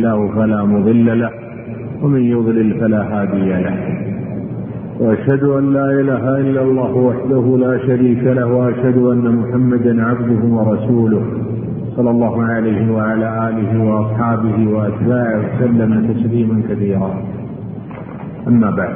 الله فلا مضل له ومن يضلل فلا هادي له، وأشهد أن لا إله إلا الله وحده لا شريك له، وأشهد أن محمدا عبده ورسوله صلى الله عليه وعلى آله وأصحابه وأتباعه وسلم تسليما كثيرا. أما بعد،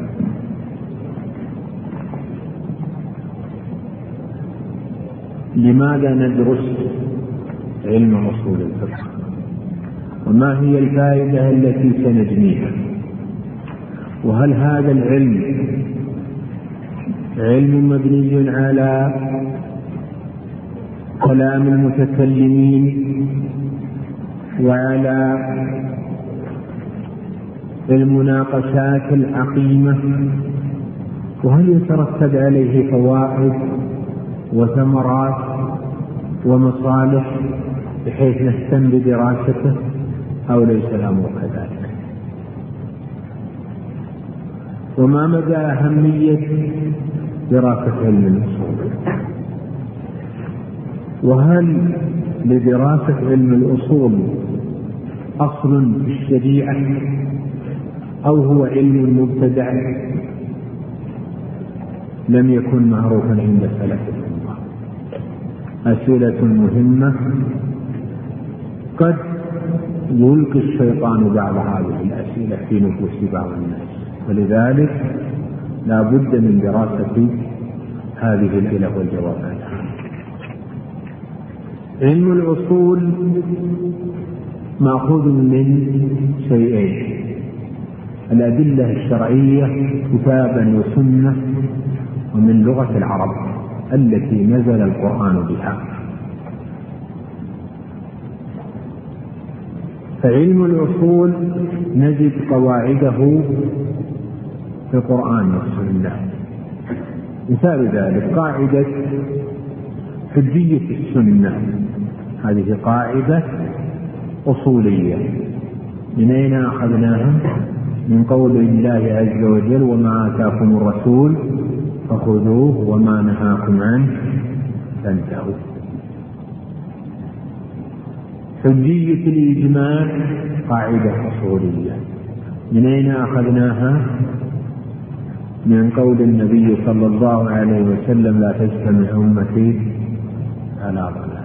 لماذا ندرس علم أصول الفقه؟ وما هي الفائدة التي سنجنيها؟ وهل هذا العلم علم مبني على كلام المتكلمين وعلى المناقشات العقيمة، وهل يترتب عليه فوائد وثمرات ومصالح بحيث نهتم بدراسته أو ليس الأمر كذلك؟ وما مدى أهمية دراسة علم الأصول؟ وهل لدراسة علم الأصول أصل في الشريعة أو هو علم مبتدع لم يكن معروفا عند سلف الأمة؟ أسئلة مهمة قد يلقي الشيطان بعض هذه الأسئلة في نفوس بعض الناس، ولذلك لا بد من دراسة هذه الأسئلة والجواب عنها. علم الأصول مأخوذ من شيئين: الأدلة الشرعية كتابا وسنة، ومن لغة العرب التي نزل القرآن بها. فعلم الأصول نجد قواعده في القرآن والسنة. مثال ذلك قاعدة حجية السنة، هذه قاعدة أصولية. من أين أخذناها؟ من قول الله عز وجل: وما آتاكم الرسول فخذوه وما نهاكم عنه فانتهوا. حجية الإجماع قاعدة أصولية. من أين أخذناها؟ من قول النبي صلى الله عليه وسلم: لا تجتمع أمتي على ضلالة.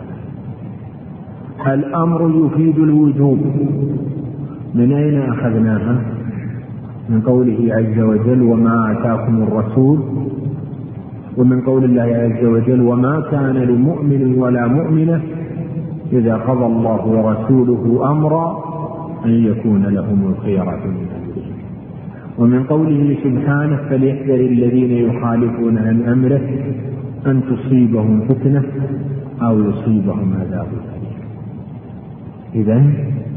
الأمر يفيد الوجوب. من أين أخذناها؟ من قوله عز وجل: وما آتاكم الرسول، ومن قول الله عز وجل: وما كان لمؤمن ولا مؤمنة إذا قضى الله ورسوله أمرا أن يكون لهم الخيرة من أمرهم. ومن قوله سبحانه: فليحذر الذين يخالفون عن أمره أن تصيبهم فتنة أو يصيبهم عذاب أليم. إذن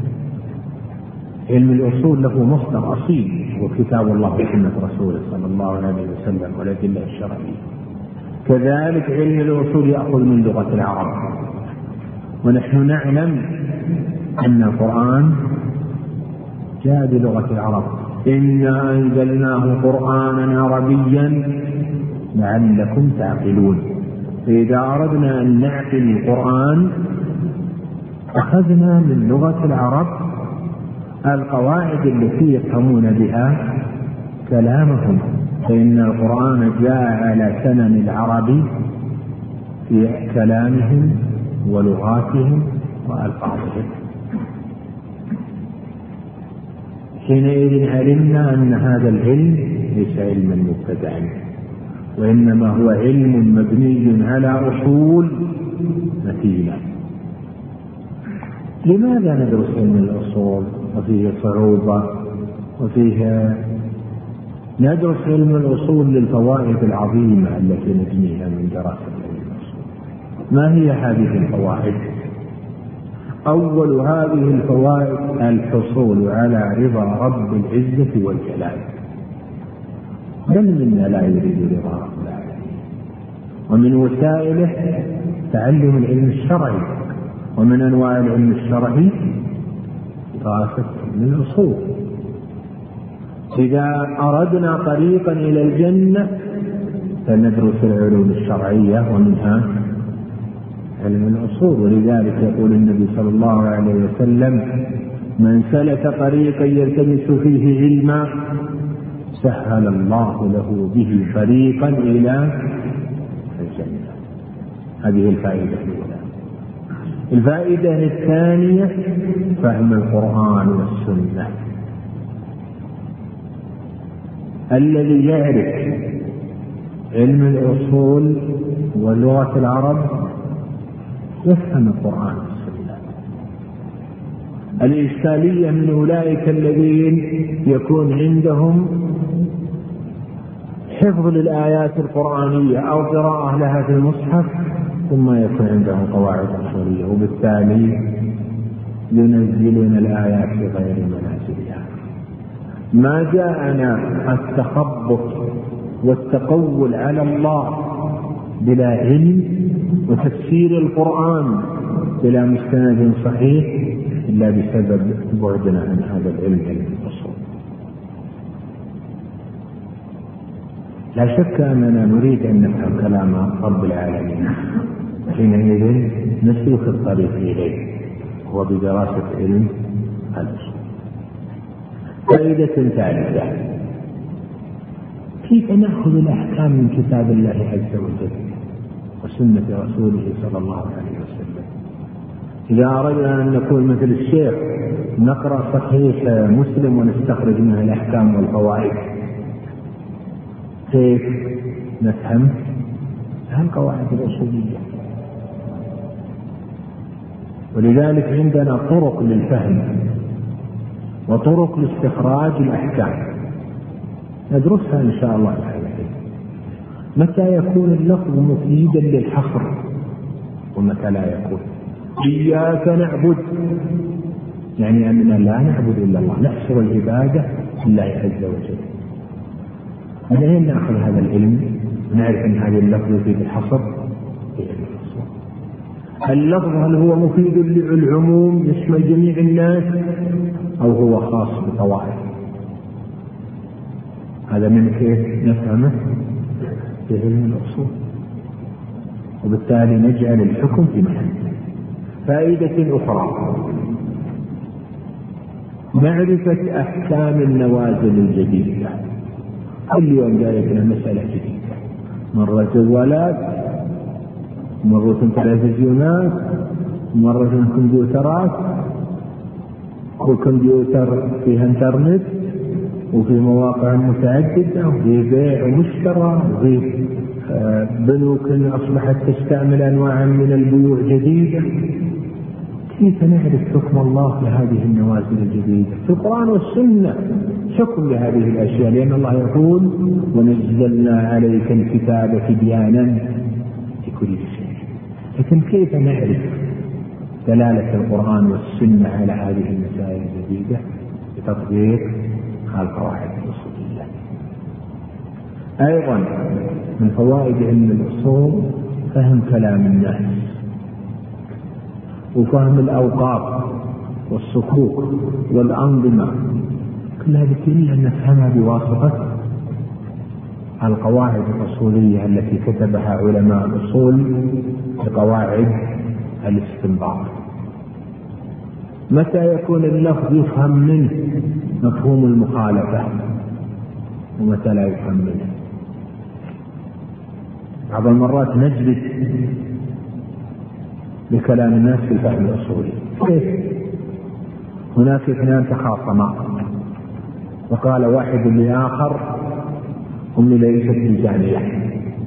علم الأصول له مصدر أصيل وكتاب الله وسنة رسوله صلى الله عليه وسلم والأدلة الشرعية. كذلك علم الأصول يأخذ من لغة العرب، ونحن نعلم أن القرآن جاء بلغة العرب: إنا أنزلناه قرآنا عربيا لعلكم تعقلون. فإذا أردنا أن نعقل القرآن أخذنا من لغة العرب القواعد التي يفهمون بها كلامهم، فإن القرآن جاء على سنن العرب في كلامهم ولغاتهم وألفاظهم. حينئذ علمنا أن هذا العلم ليس علما مبتدعا، وإنما هو علم مبني على أصول متينة. لماذا ندرس علم الأصول وفيه صعوبة وفيه؟ ندرس علم الأصول للفوائد العظيمة التي نجنيها من دراسة علم الأصول. ما هي هذه الفوائد؟ أول هذه الفوائد الحصول على رضا رب العزة والجلال. من منا لا يريد رضا رب العالمين؟ ومن وسائله تعلم العلم الشرعي، ومن أنواع العلم الشرعي دراسة علم الأصول. إذا أردنا طريقا إلى الجنة فندرس العلوم الشرعية ومنها علم الأصول. ولذلك يقول النبي صلى الله عليه وسلم: من سلك طريقا يلتمس فيه علما سهل الله له به طريقا إلى الجنة. هذه الفائدة الأولى. الفائدة الثانية فهم القرآن والسنة. الذي يعرف علم الأصول ولغة العرب يفهم القرآن والسنة. الإشكالية من أولئك الذين يكون عندهم حفظ للآيات القرآنية أو قراءة لها في المصحف ثم يكون عندهم قواعد أصولية، وبالتالي ينزلون الآيات بغير منازلها. ما جاءنا التخبط والتقول على الله بلا علم وتفسير القرآن بلا مستند صحيح إلا بسبب بعدنا عن هذا العلم الأصول. لا شك أننا نريد أن نفهم كلام رب العالمين، حينئذ نسلك الطريق إليه هو بدراسة علم الأصول. فائدة ثالثة: كيف نأخذ الأحكام من كتاب الله عز وجل وسنة رسوله صلى الله عليه وسلم؟ إذا أردنا أن نكون مثل الشيخ نقرأ صحيح مسلم ونستخرج منه الأحكام والقواعد، كيف نفهم القواعد الأصولية؟ ولذلك عندنا طرق للفهم وطرق لاستخراج الأحكام ندرسها إن شاء الله تعالى. متى يكون اللفظ مفيدا للحصر ومتى لا يكون؟ إياك نعبد يعني أننا لا نعبد إلا الله، نحصر العبادة لله عز وجل. من أين نأخذ هذا العلم؟ نعرف أن هذا اللفظ يفيد الحصر. اللفظ هل هو مفيد للعموم يشمل جميع الناس أو هو خاص بطوائف؟ هذا من كيف نفهمه في علم الأصول، وبالتالي نجعل الحكم في محله. فائدة أخرى: معرفة أحكام النوازل الجديدة. كل يوم جاءتنا مسألة جديدة، مرة جوالات، مرة تلفزيونات، مرة كمبيوترات، والكمبيوتر فيها انترنت وفي مواقع متعددة وفي بيع ومشترى وفي بنوك أصبحت تستعمل أنواعا من البيوع جديدة. كيف نعرف حكم الله لهذه النوازل الجديدة؟ في القرآن والسنة حكم لهذه الأشياء، لأن الله يقول: ونزلنا عليك الكتاب تبيانا لكل شيء. لكن كيف نعرف دلالة القرآن والسنة على هذه المسائل الجديدة؟ بتطبيق القواعد الأصولية. أيضا من فوائد علم الأصول فهم كلام الناس وفهم الأوقاف والصكوك والأنظمة، كل هذه كلها نفهمها بواسطة القواعد الأصولية التي كتبها علماء الأصول بقواعد الاستنباط. متى يكون اللفظ يفهم منه مفهوم المخالفة ومتى لا يفهم منه؟ بعض المرات نجلس بكلام الناس في الفهم الأصولي. كيف؟ هناك اثنان تخاصما وقال واحد لآخر: أمي ليست بالجانية.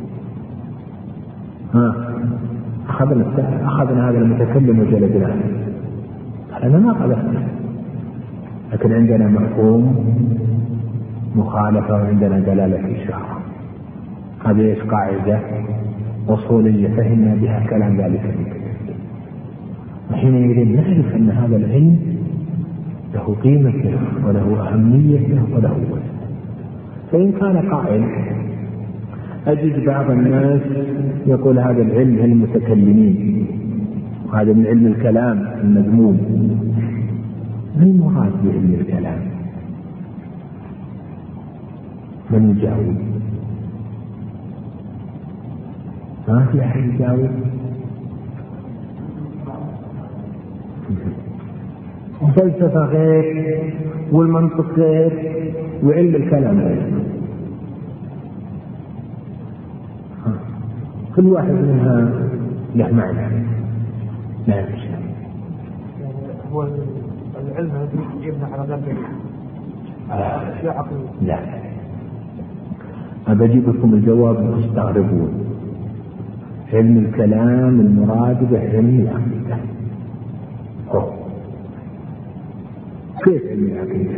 أخذنا هذا المتكلم وجلدناه. أنا ما قذفته، لكن عندنا مفهوم مخالفة وعندنا دلالة إشارة. هذه قاعدة أصولية فهمنا بها كلام ذلك المتكلم، وحينئذ نعرف أن هذا العلم له قيمته وله أهميته وله وزن. فإن كان قائل: أجد بعض الناس يقول هذا العلم علم المتكلمين وهذا من علم الكلام المذموم، ما المراد بعلم الكلام؟ من يجاوب؟ ما في أحد يجاوب؟ الفلسفة غير، والمنطق غير، وعلم الكلام غير. كل واحد منها له معنى. لا هو العلم الذي يبنى على ذلك أشياء عقلية. لا، أبجيب لكم الجواب تستغربون. علم الكلام المراد به علم العقيدة. كيف علم العقيدة؟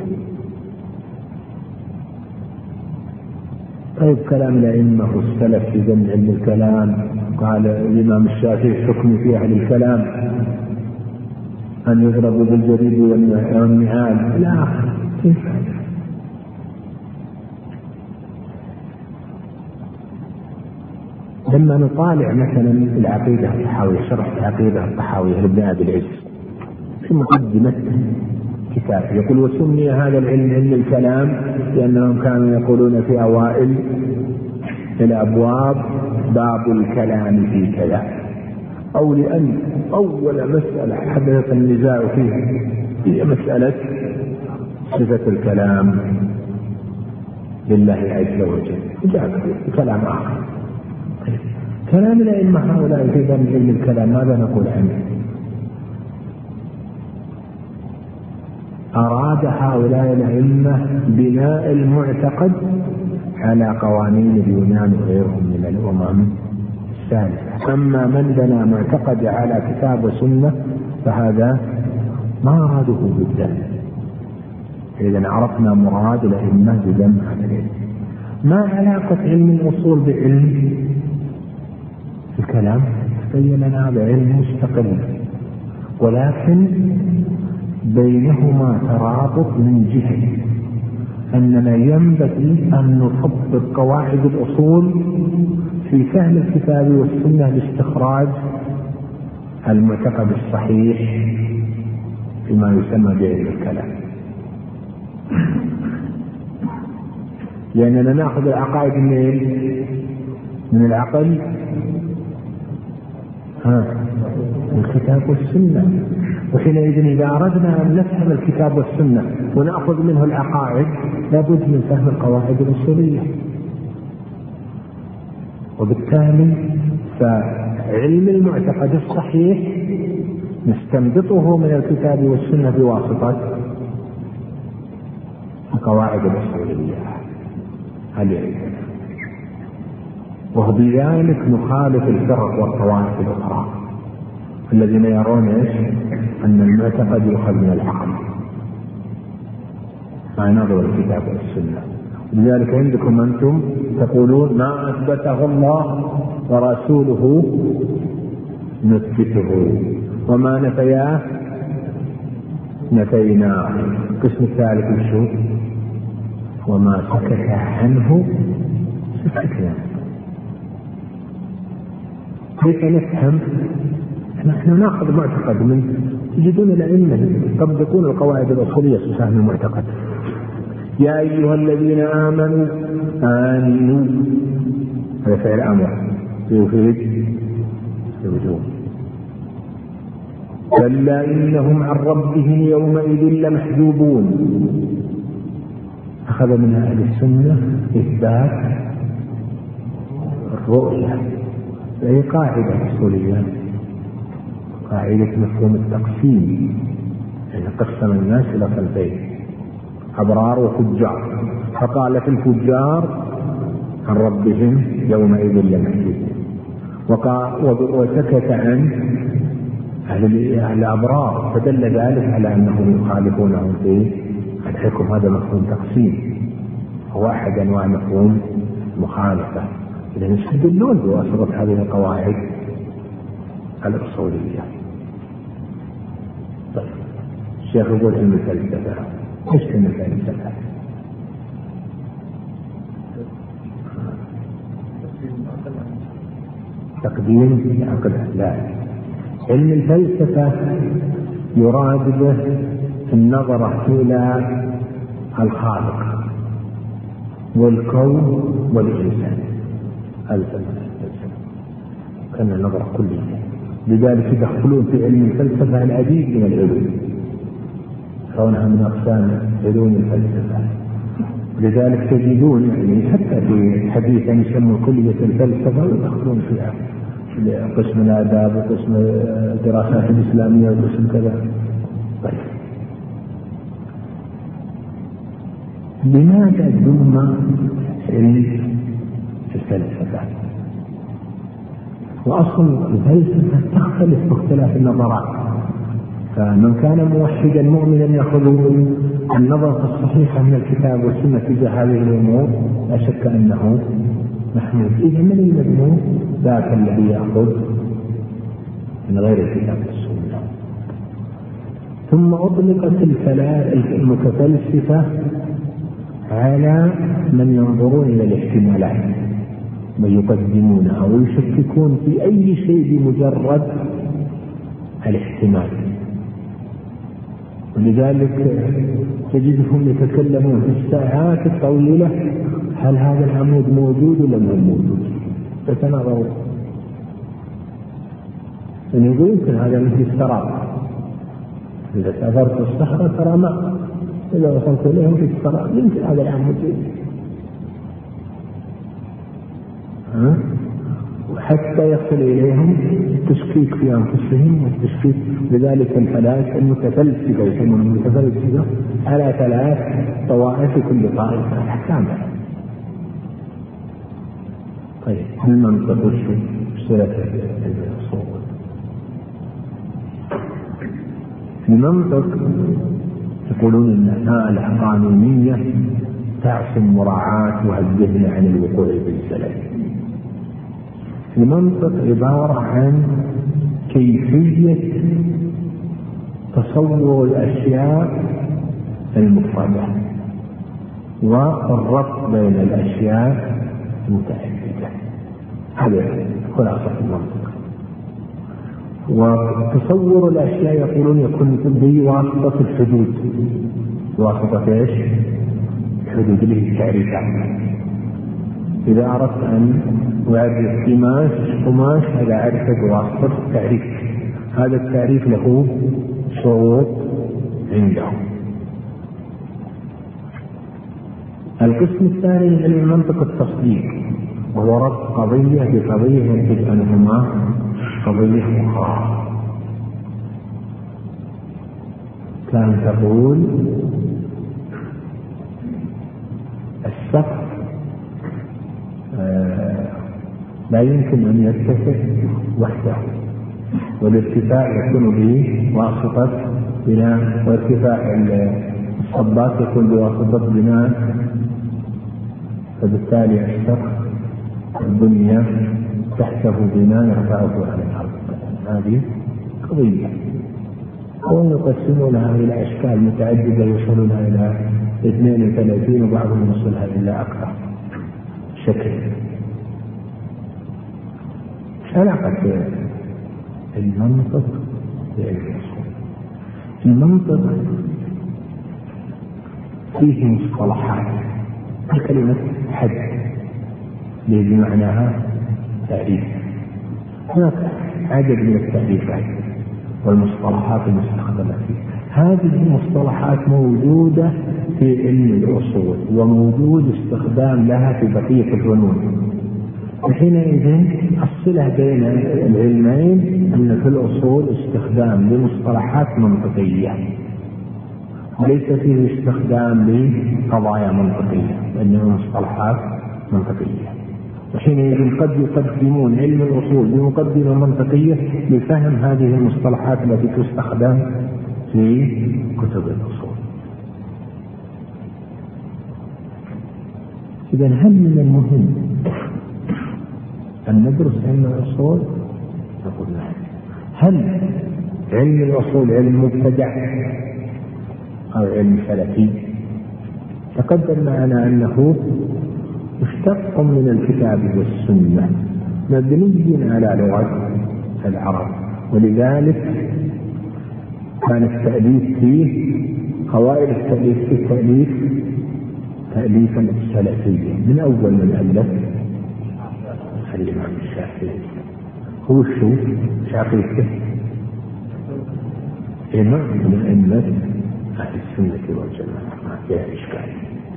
طيب كلام الأئمة والسلف في ذم علم الكلام، قال الإمام الشافعي حكم في أهل الكلام أن يضربوا بالجريد والنعال إلى آخره. كيف هذا؟ لما نطالع مثلا العقيدة الطحاوية، شرح العقيدة الطحاوية لابن أبي العز في مقدمة كتاب يقول: وسمي هذا العلم علم الكلام لأنهم كانوا يقولون في أوائل الأبواب باب الكلام في كذا، أو لأن أول مسألة حدث النزاع فيها هي مسألة صفة الكلام لله عز وجل، جاء كلام آخر. كلام الأئمة هؤلاء في باب علم الكلام ماذا نقول عنه؟ أراد هؤلاء الأئمة بناء المعتقد على قوانين اليونان وغيرهم من الأمم السالفة. أما من بنى معتقد على كتاب وسنة فهذا ما أراده بالذات. إذا عرفنا مراد الأئمة بذم هذا العلم. ما علاقة علم الأصول بعلم الكلام؟ تبين لنا هذا علم مستقل، ولكن بينهما ترابط من جهة أننا ينبغي أن نطبق قواعد الأصول في فهم الكتاب والسنة لاستخراج المعتقد الصحيح فيما يسمى بعلم الكلام. لأننا نأخذ العقائد من العقل، الكتاب والسنة. وحينئذ إذا أردنا أن نفهم الكتاب والسنة ونأخذ منه العقائد لابد من فهم القواعد الأصولية. وبالتالي فعلم المعتقد الصحيح نستنبطه من الكتاب والسنة بواسطة القواعد الأصولية هذه، وبذلك نخالف الفرق والطوائف الأخرى الذين يرون أن المعتقد يؤخذ من العقل مع نظر الكتاب والسنة. لذلك عندكم أنتم تقولون ما أثبته الله ورسوله نثبته، وما نفياه نفيناه. القسم الثالث شو؟ وما سكت عنه سكتنا. كيف نفهم؟ نحن ناخذ معتقد من تجدون الأئمة يطبقون القواعد الأصولية في فهم المعتقد. يا أيها الذين آمنوا آمنوا، هذا فعل أمر يفيد الوجوب. كلا إنهم عن ربهم يومئذ لمحجوبون. أخذ من أهل السنة إثبات الرؤية، هي قاعدة أصولية، قاعدة مفهوم التقسيم، يعني قسم الناس إلى صنفين: أبرار وفجار. فقال في الفجار عن ربهم يومئذ لمحجوبون، وسكت عن أهل الأبرار، فدل ذلك على أنهم يخالفونهم في الحكم. هذا مفهوم تقسيم، هو أحد أنواع مفهوم مخالفة. إذا يستدلون بواسطة هذه القواعد الأصولية. طيب الشيخ يقول علم الفلسفة. ايش علم الفلسفة؟ تقديم عقل. لا، علم الفلسفة يراد به النظرة إلى الخالق والكون والإنسان. الفلسفة كان النظرة كلية. لذلك يدخلون في علم الفلسفة العديد من العلوم، كونها من أقسام علوم الفلسفة. لذلك تجدون يعني حتى في حديث يسمى كلية الفلسفة ويدخلون فيها قسم الآداب وقسم الدراسات الإسلامية وقسم كذا. طيب لماذا ضم علم الفلسفة؟ وأصل الفلسفة تختلف باختلاف النظرات، فمن كان موحدا مؤمنا يأخذ النظرة الصحيحة من الكتاب والسنة تجاه هذه الأمور لا شك أنه محمود. إذا من المذموم؟ ذاك الذي يأخذ من غير الكتاب والسنة. ثم أطلقت المتفلسفة على من ينظرون إلى الاحتمالات ويقدمونها ويشككون في أي شيء بمجرد الاحتمال. ولذلك تجدهم يتكلمون في الساعات الطويلة هل هذا العمود موجود ولا مو موجود، فتنظروا أن يمكن هذا مثل السراب، إذا سافرت الصحراء ترى ماء، إذا وصلت إليهم في السراب يمكن هذا العمود وحتى يصل إليهم التشكيك في أنفسهم والتشكيك. لذلك الثلاث المتفلسفة يسمون المتفلسفة على 3 طوائف، كل طائفة أحكامها. طيب المنطق وشو صلة الصور؟ المنطق يقولون أنها القانونية تعصم مراعاة الذهن عن الوقوع بالزلل. المنطق عبارة عن كيفية تصور الأشياء المفردة والربط بين الأشياء المتعددة. هذا خلاصة المنطق. وتصور الأشياء يقولون يكون بواسطة الحدود. بواسطة إيش؟ الحدود اللي هي التعريفات. إذا أردت أن أعرف قماش هذا أعرفه بواسطة التعريف. هذا التعريف له شروط عنده. القسم الثاني من المنطق التصديق، وهو ربط قضية بقضية يجب أنهما قضية أخرى. كان تقول السقف لا يمكن أن يرتفع وحده، والارتفاع يكون بواسطة بناء، وارتفاع الصبات يكون بواسطة بناء، فبالتالي السقف الدنيا تحته بناء يرفعه على الأرض. هذه قضية. وهم يقسمونها إلى أشكال متعددة يوصلونها إلى 32 وبعضهم يوصلها إلى أكثر شكل. علاقة المنطق بعلم الأصول. المنطق فيه مصطلحات. كلمة حد بمعناها تعريف. هناك عدد من التعريفات والمصطلحات المستخدمة فيه. هذه المصطلحات موجودة في علم الأصول وموجود استخدام لها في بقية الفنون. وحينئذ الصلة بين العلمين أن في الأصول استخدام لمصطلحات منطقية وليس فيه استخدام لقضايا منطقية، وإنما مصطلحات منطقية. وحينئذ قد يقدمون علم الأصول بمقدمة منطقية لفهم هذه المصطلحات التي تستخدم في كتب الأصول. إذن هل من المهم أن ندرس علم الأصول؟ نقول نعم. هل علم الأصول علم مبتدع أو علم سلفي؟ تقدم معنا أنه مشتق من الكتاب والسنة مبني على لغة العرب، ولذلك كان التأليف فيه قواعد التأليف في التأليف تأليفا سلفيا. من أول من ألف الإمام الشافعي. هو شو شافعي؟ إمام من أئمة أهل السنة والجماعة، ما فيها إشكال.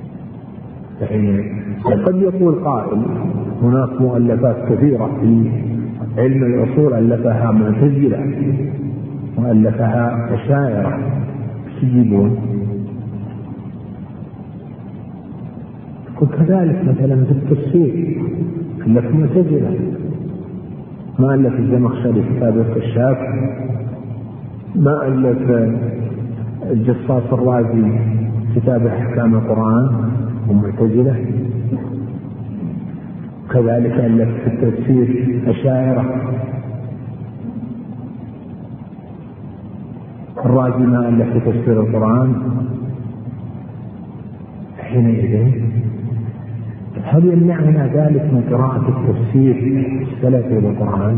قد يقول قائل هناك مؤلفات كثيرة في علم الأصول ألفها معتزلة وألفها أشاعرة، يجيبون وكذلك مثلا في التفسير ألف معتزلة، ما ألف الزمخشري كتاب الكشاف، ما ألف الجصاص الرازي كتاب أحكام القرآن ومعتزلة، كذلك ألف في التفسير أشاعرة، الرازي ما ألف في تفسير القرآن. حينئذ هل يمنعنا ذلك من قراءة التفسير السلفي للقرآن؟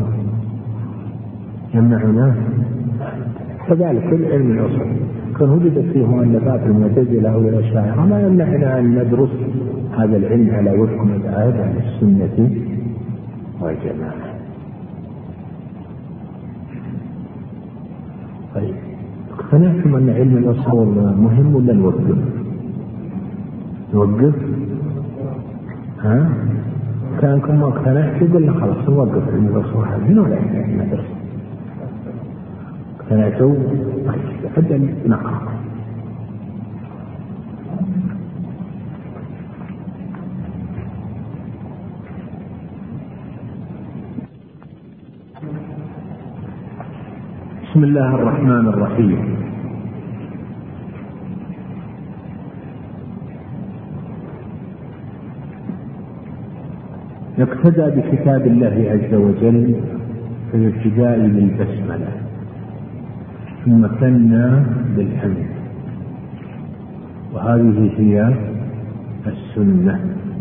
يمنعنا؟ كذلك كل علم الأصول كان وجدت فيه مؤلفات المعتزلة والأشاعرة ما يمنعنا أن ندرس هذا العلم على وفق مذهب أهل السنة والجماعة. طيب اقتنعتم أن علم الأصول مهم ولا نوقف؟ نوقف؟ كانكم ما اقتنعتوا قلنا خلاص نوقف علم الأصول هذه ولا ندرس. اقتنعتوا؟ أبدأ نقرأ. بسم الله الرحمن الرحيم. يقتدى بكتاب الله عز وجل في الابتداء بالبسملة ثم ثنى بالحمد، وهذه هي السنة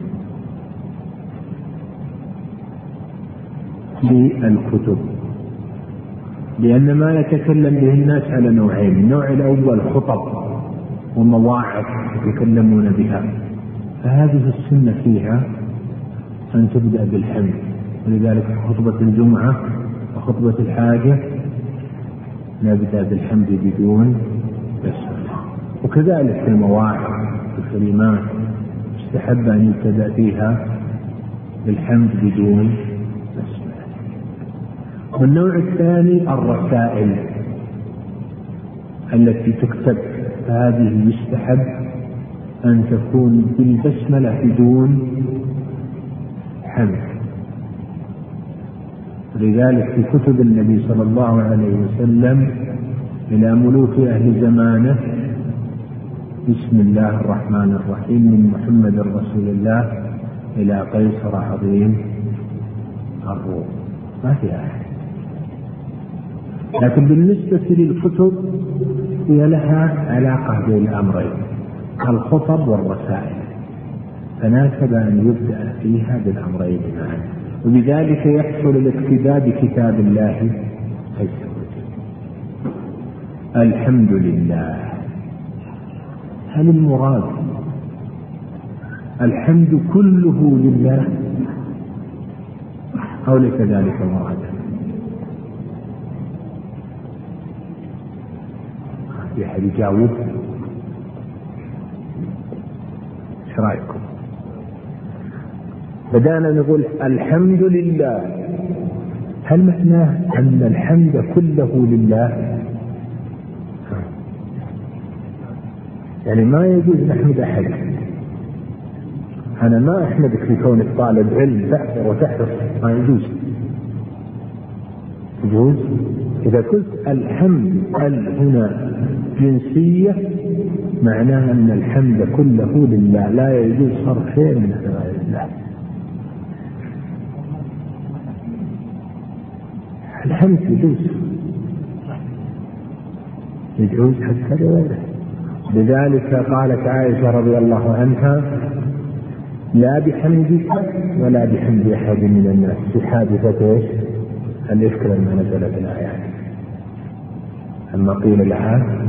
في الكتب، لأن ما يتكلم به الناس على نوعين: النوع الأول خطب ومواعظ يتكلمون بها، فهذه السنة فيها أن تبدأ بالحمد، ولذلك في خطبة الجمعة وخطبة الحاجة نبدأ بالحمد بدون بسملة، وكذلك في المواعظ والكلمات استحب أن يبتدأ فيها بالحمد بدون بسملة. والنوع الثاني الرسائل التي تكتب، فهذه يستحب أن تكون بالبسملة بدون حمد. لذلك في كتب النبي صلى الله عليه وسلم إلى ملوك أهل زمانه: بسم الله الرحمن الرحيم من محمد رسول الله إلى قيصر عظيم الروم، ما في أحد. لكن بالنسبة للكتب هي لها علاقة بين الأمرين، الخطب والرسائل، فناسب أن يبدأ فيها بالأمرين معا، وبذلك يحصل الاقتداء بكتاب الله عز وجل. الحمد لله، هل المراد الحمد كله لله أو ليس ذلك مرادا؟ في أحد يجاوب؟ ايش رأيكم؟ بدأنا نقول الحمد لله، هل معناه أن الحمد كله لله؟ يعني ما يجوز نحمد أحد. أنا ما أحمدك لكونك طالب علم تحضر وتحرص، ما يجوز. يجوز إذا قلت الحمد هنا جنسية معناها أن الحمد كله لله، لا يجوز صرف شيء من غير الله. الحمد يجوز حتى لغيره. لذلك قالت عائشة رضي الله عنها: لا بحمدك ولا بحمد أحد من الناس، في حادثة ايش؟ الإفك لما نزلت الآيات، أما قيل لها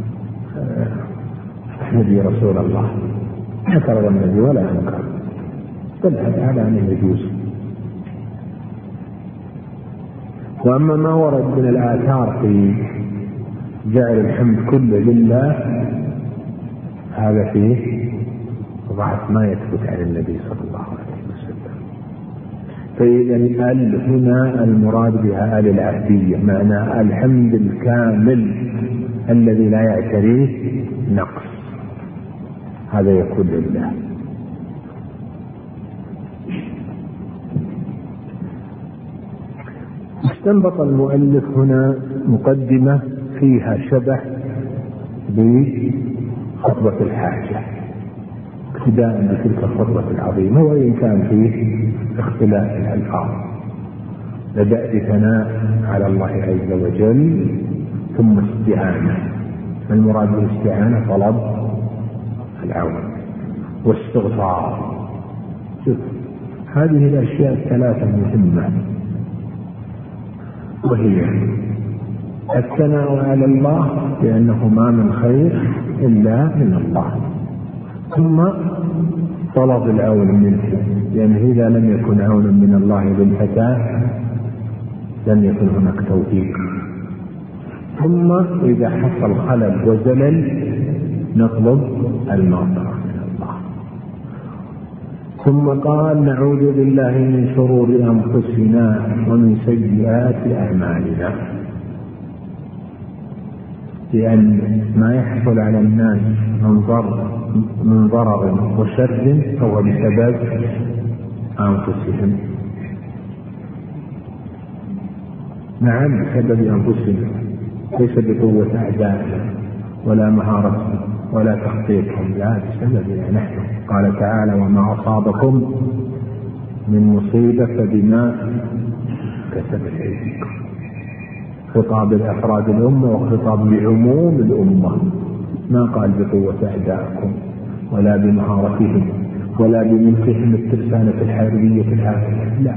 احمدي رسول الله، اعترض النبي ولا أنكر، دلت على أنه يجوز. وأما ما ورد من الآثار في جعل الحمد كله لله هذا فيه ضعف ما يثبت عن النبي صلى الله عليه وسلم. فإذا ال هنا المراد بها ال العهدية، معنى الحمد الكامل الذي لا يعتريه نقص، هذا يكون لله. استنبط المؤلف هنا مقدمة فيها شبه بخطبة الحاجة ابتداء بتلك الخطبة العظيمة، وإن كان فيه اختلاف الألفاظ. بدأ بثناء على الله عز وجل ثم استعانة. المراد بالاستعانة طلب العون واستغفار. هذه الأشياء الثلاثة مهمة، وهي الثناء على الله لأنه ما من خير إلا من الله، ثم طلب العون منه، لأنه إذا لم يكن عونا من الله للفتاة لم يكن هناك توفيق. ثم إذا حصل خلل وزلل نطلب المغفرة من الله. ثم قال نعوذ بالله من شرور أنفسنا ومن سيئات أعمالنا، لأن ما يحصل على الناس من ضرر وشر هو بسبب أنفسهم. نعم بسبب أنفسهم، ليس بقوة أعدائهم ولا مهارتهم ولا تخطيطهم، لا بسببنا نحن. قال تعالى وما أصابكم من مصيبة فبما كسبت أيديكم. خطاب الأفراد الأمة وخطاب لعموم الأمة، ما قال بقوة أعدائكم ولا بمهارتهم ولا بملكهم الترسانة الحربية الحاكمة، لا،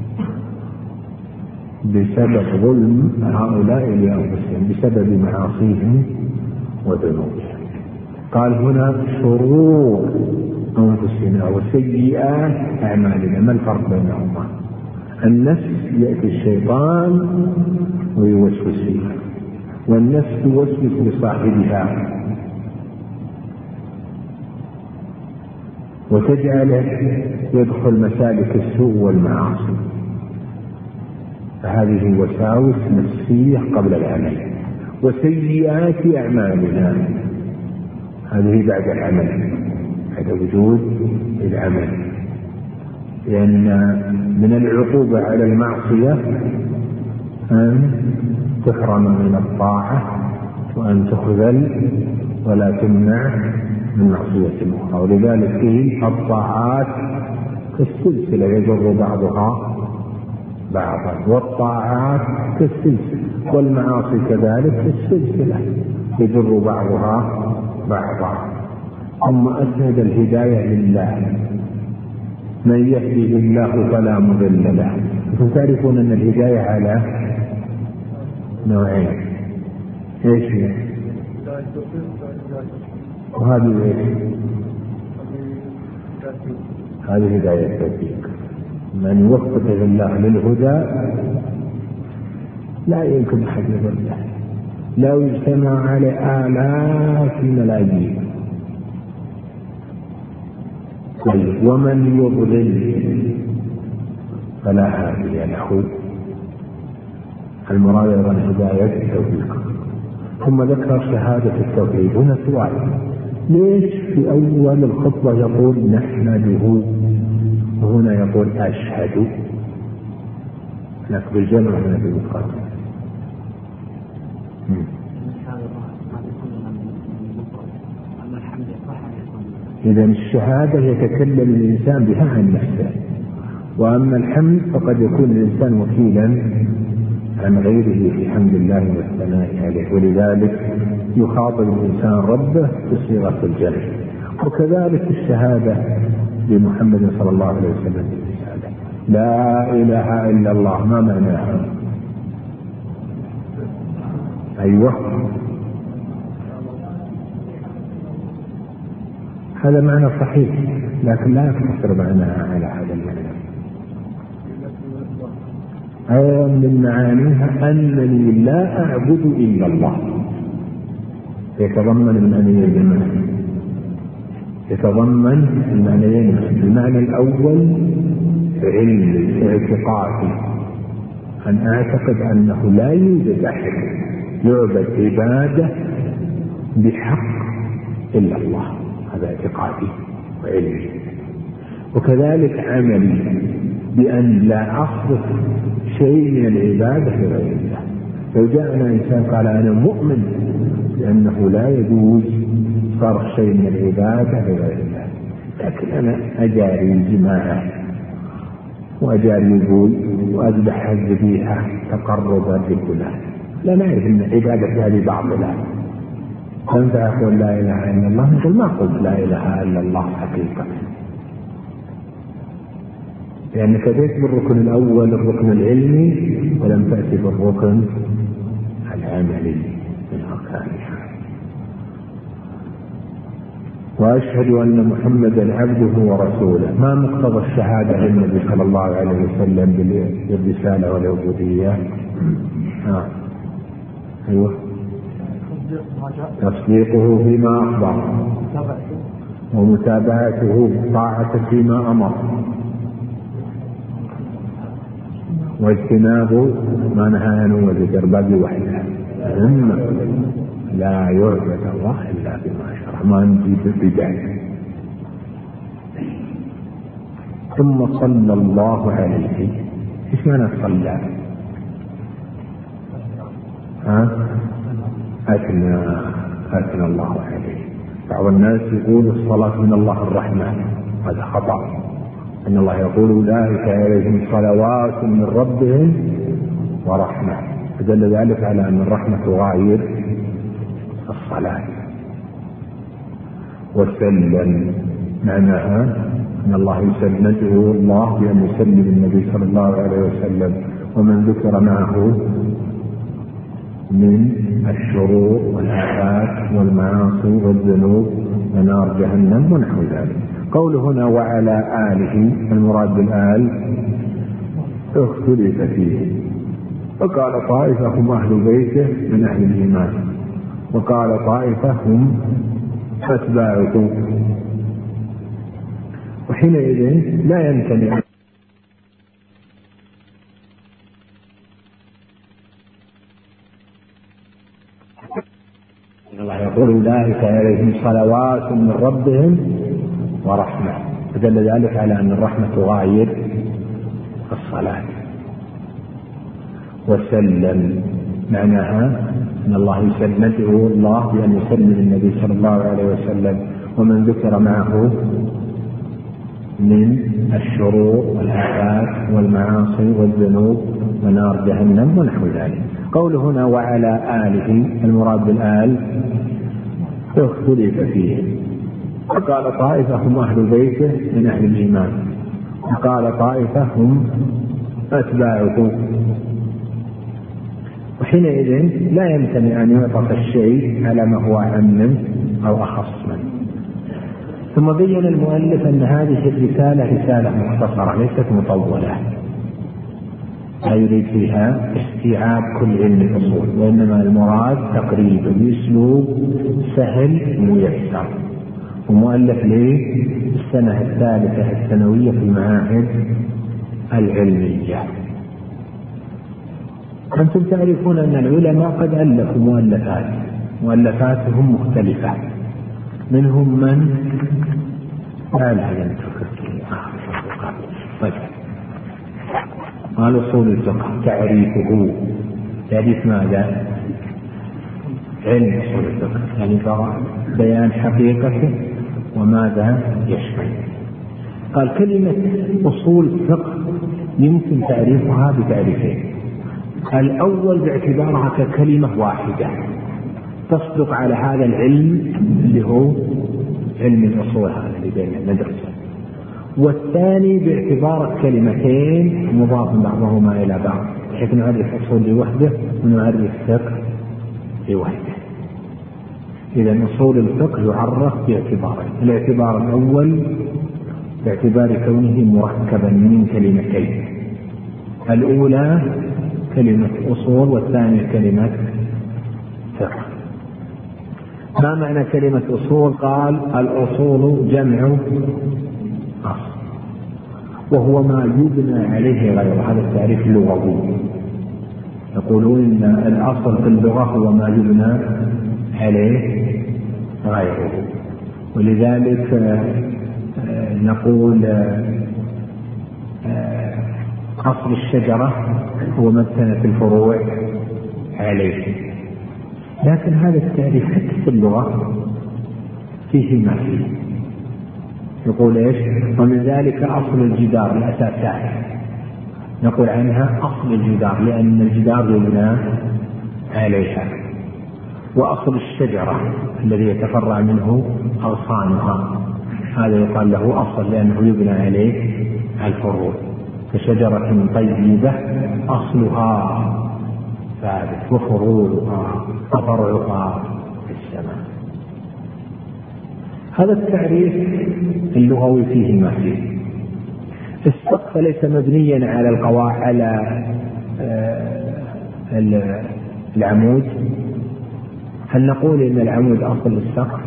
بسبب ظلم هؤلاء لأنفسهم بسبب معاصيهم وذنوبهم. قال هنا شرور أنفسنا وسيئات أعمالنا. ما الفرق بينهما؟ النفس يأتي الشيطان ويوسوس فيها، والنفس توسوس لصاحبها وتجعله يدخل مسالك السوء والمعاصي، فهذه وساوس نفسية قبل العمل. وسيئات أعمالنا هذه بعد العمل، بعد وجود العمل، لأن من العقوبة على المعصية أن تحرم من الطاعة وأن تخذل ولا تمنع من معصية أخرى. ولذلك قيل الطاعات كالسلسلة يجر بعضها بعضا، والطاعات كالسلسلة، والمعاصي كذلك كالسلسلة يجر بعضها بعضا. ثم أسند الهداية لله، من يهده الله فلا مضل له. تعرفون أن الهداية على نوعين، ايش هي؟ وهذه ايش؟ هذه هداية التوفيق. من يوفقه الله للهدى لا يمكن أحد يضله، لو اجتمع على آلاف الملايين. ومن يضلل فلا هادي له. المراد أيضا هداية التوفيق. ثم ذكر شهادة التوحيد. هنا سؤال، ليش في أول الخطبة يقول نحمده وهنا يقول أشهد؟ هناك بالجمع هنا بالمفرد. إذا الشهادة يتكلم الإنسان بها عن نفسه، وأما الحمد فقد يكون الإنسان وكيلا عن غيره في حمد الله والثناء عليه، ولذلك يخاطب الإنسان ربه بصيغة الجمع. وكذلك الشهادة لمحمد صلى الله عليه وسلم بالرسالة، لا إله إلا الله، ما معناها؟ أيوة، هذا معنى صحيح، لكن لا يفسر معناها على هذا المعنى. أيضا من معانيها أنني لا أعبد إلا الله، يتضمن المعنى بالمعنى يتضمن المعنيين. المعنى الأول علمي اعتقادي، أن أعتقد أنه لا يوجد أحد يعبد عبادة بحق إلا الله، هذا اعتقادي وعلمي. وكذلك عملي، بأن لا أصرف شيء من العبادة لغير الله. لو جاءنا إنسان قال أنا مؤمن بأنه لا يجوز صرف شيء من العبادة لغير الله، لكن أنا أجاري الجماعة وأجاري البول وأذبح الذبيحة تقربا لفلان، لا نعرف أن عبادة هذه باطلة، فأنت أقول لا إله إلا الله، نقول ما قلت لا إله إلا الله حقيقة، لأنك أتيت بالركن الأول الركن العلمي ولم تأتي بالركن العملي من أركانها. وأشهد أن محمدا عبده ورسوله. ما مقتضى الشهادة للنبي صلى الله عليه وسلم بالرسالة والعبودية؟ أيوه، تصديقه فيما أخبر ومتابعته طاعة فيما أمر واجتناب ما نهى عنه وذكر باقي وحده. لا يعبد الله إلا بما شرع، ما نجيب بداية. ثم صلى الله عليه. ايش معنى صلى؟ أثنى الله عليه. بعض الناس يقول الصلاة من الله الرحمن، هذا خطأ. إن الله يقول أولئك عليهم صلوات من ربهم ورحمة، فدل ذلك على أن الرحمة تغاير الصلاة. وسلم معناها أن الله ندعو الله بأن يسلم النبي صلى الله عليه وسلم ومن ذكر معه من الشرور والآفات والمعاصي والذنوب ونار جهنم ونحو ذلك. قول هنا وعلى آله، المراد بالآل اختلف فيه، فقال طائفة هم أهل بيته من أهل الإيمان، وقال طائفة هم أتباعه، وحينئذ لا يمتنع الله يقول أولئك عليهم صلوات من ربهم ورحمة، فدل ذلك على أن الرحمة تغاير الصلاة. وسلم معناها أن الله ندعو الله بأن يسلم النبي صلى الله عليه وسلم ومن ذكر معه من الشرور والآفات والمعاصي والذنوب ونار جهنم ونحو ذلك. قول هنا وعلى آله، المراد بالآل اختلف فيه، وقال طائفة هم أهل بيته من أهل الإيمان، وقال طائفة هم أتباعه، وحينئذ لا يمتنع أن يعطف الشيء على ما هو أعم أو أخص منه. ثم بين المؤلف أن هذه الرسالة رسالة مختصرة ليست مطولة، لا يريد فيها استيعاب كل علم الأصول، وإنما المراد تقريبا بأسلوب سهل ويسر. ومؤلف ليه السنة الثالثة الثانوية في المعاهد العلمية. أنتم تعرفون أن العلماء قد ألفوا مؤلفاتهم مختلفة، منهم من قال أصول الفقه تعريفه، تعريف ماذا؟ علم أصول الفقه، يعني بيان حقيقته وماذا يشمل. قال كلمة أصول الفقه يمكن تعريفها بتعريفين. الأول باعتبارها ككلمة واحدة تصدق على هذا العلم اللي هو علم الأصول هذا اللي بيننا ندرسه، والثاني باعتبار كلمتين مضاف بعضهما إلى بعض، بحيث نعرف أصول لوحده ونعرف فقه لوحده. إذا أصول الفقه يعرف باعتبارين: الاعتبار الأول باعتبار كونه مركبا من كلمتين، الأولى كلمة أصول والثانية كلمة فقه. ما معنى كلمة أصول؟ قال الأصول جمع أصل، وهو ما يبنى عليه غيره. هذا التعريف اللغوي. يقولون إن الأصل في اللغة هو ما يبنى عليه غيره، ولذلك نقول أصل الشجرة هو ما ابتنت الفروع عليه. لكن هذا التعريف حتى في اللغة فيه ما فيه. يقول إيش؟ ومن ذلك أصل الجدار، الأساسات، نقول عنها أصل الجدار لأن الجدار يبنى عليها. وأصل الشجرة الذي يتفرع منه أغصانها، هذا يقال له أصل لأنه يبنى عليه الفروع. كشجرة طيبة أصلها ثابت وفروعها وفرعها في السماء. هذا التعريف اللغوي فيه ما فيه. السقف ليس مبنيا على القواعد على العمود. هل نقول إن العمود أصل للسقف؟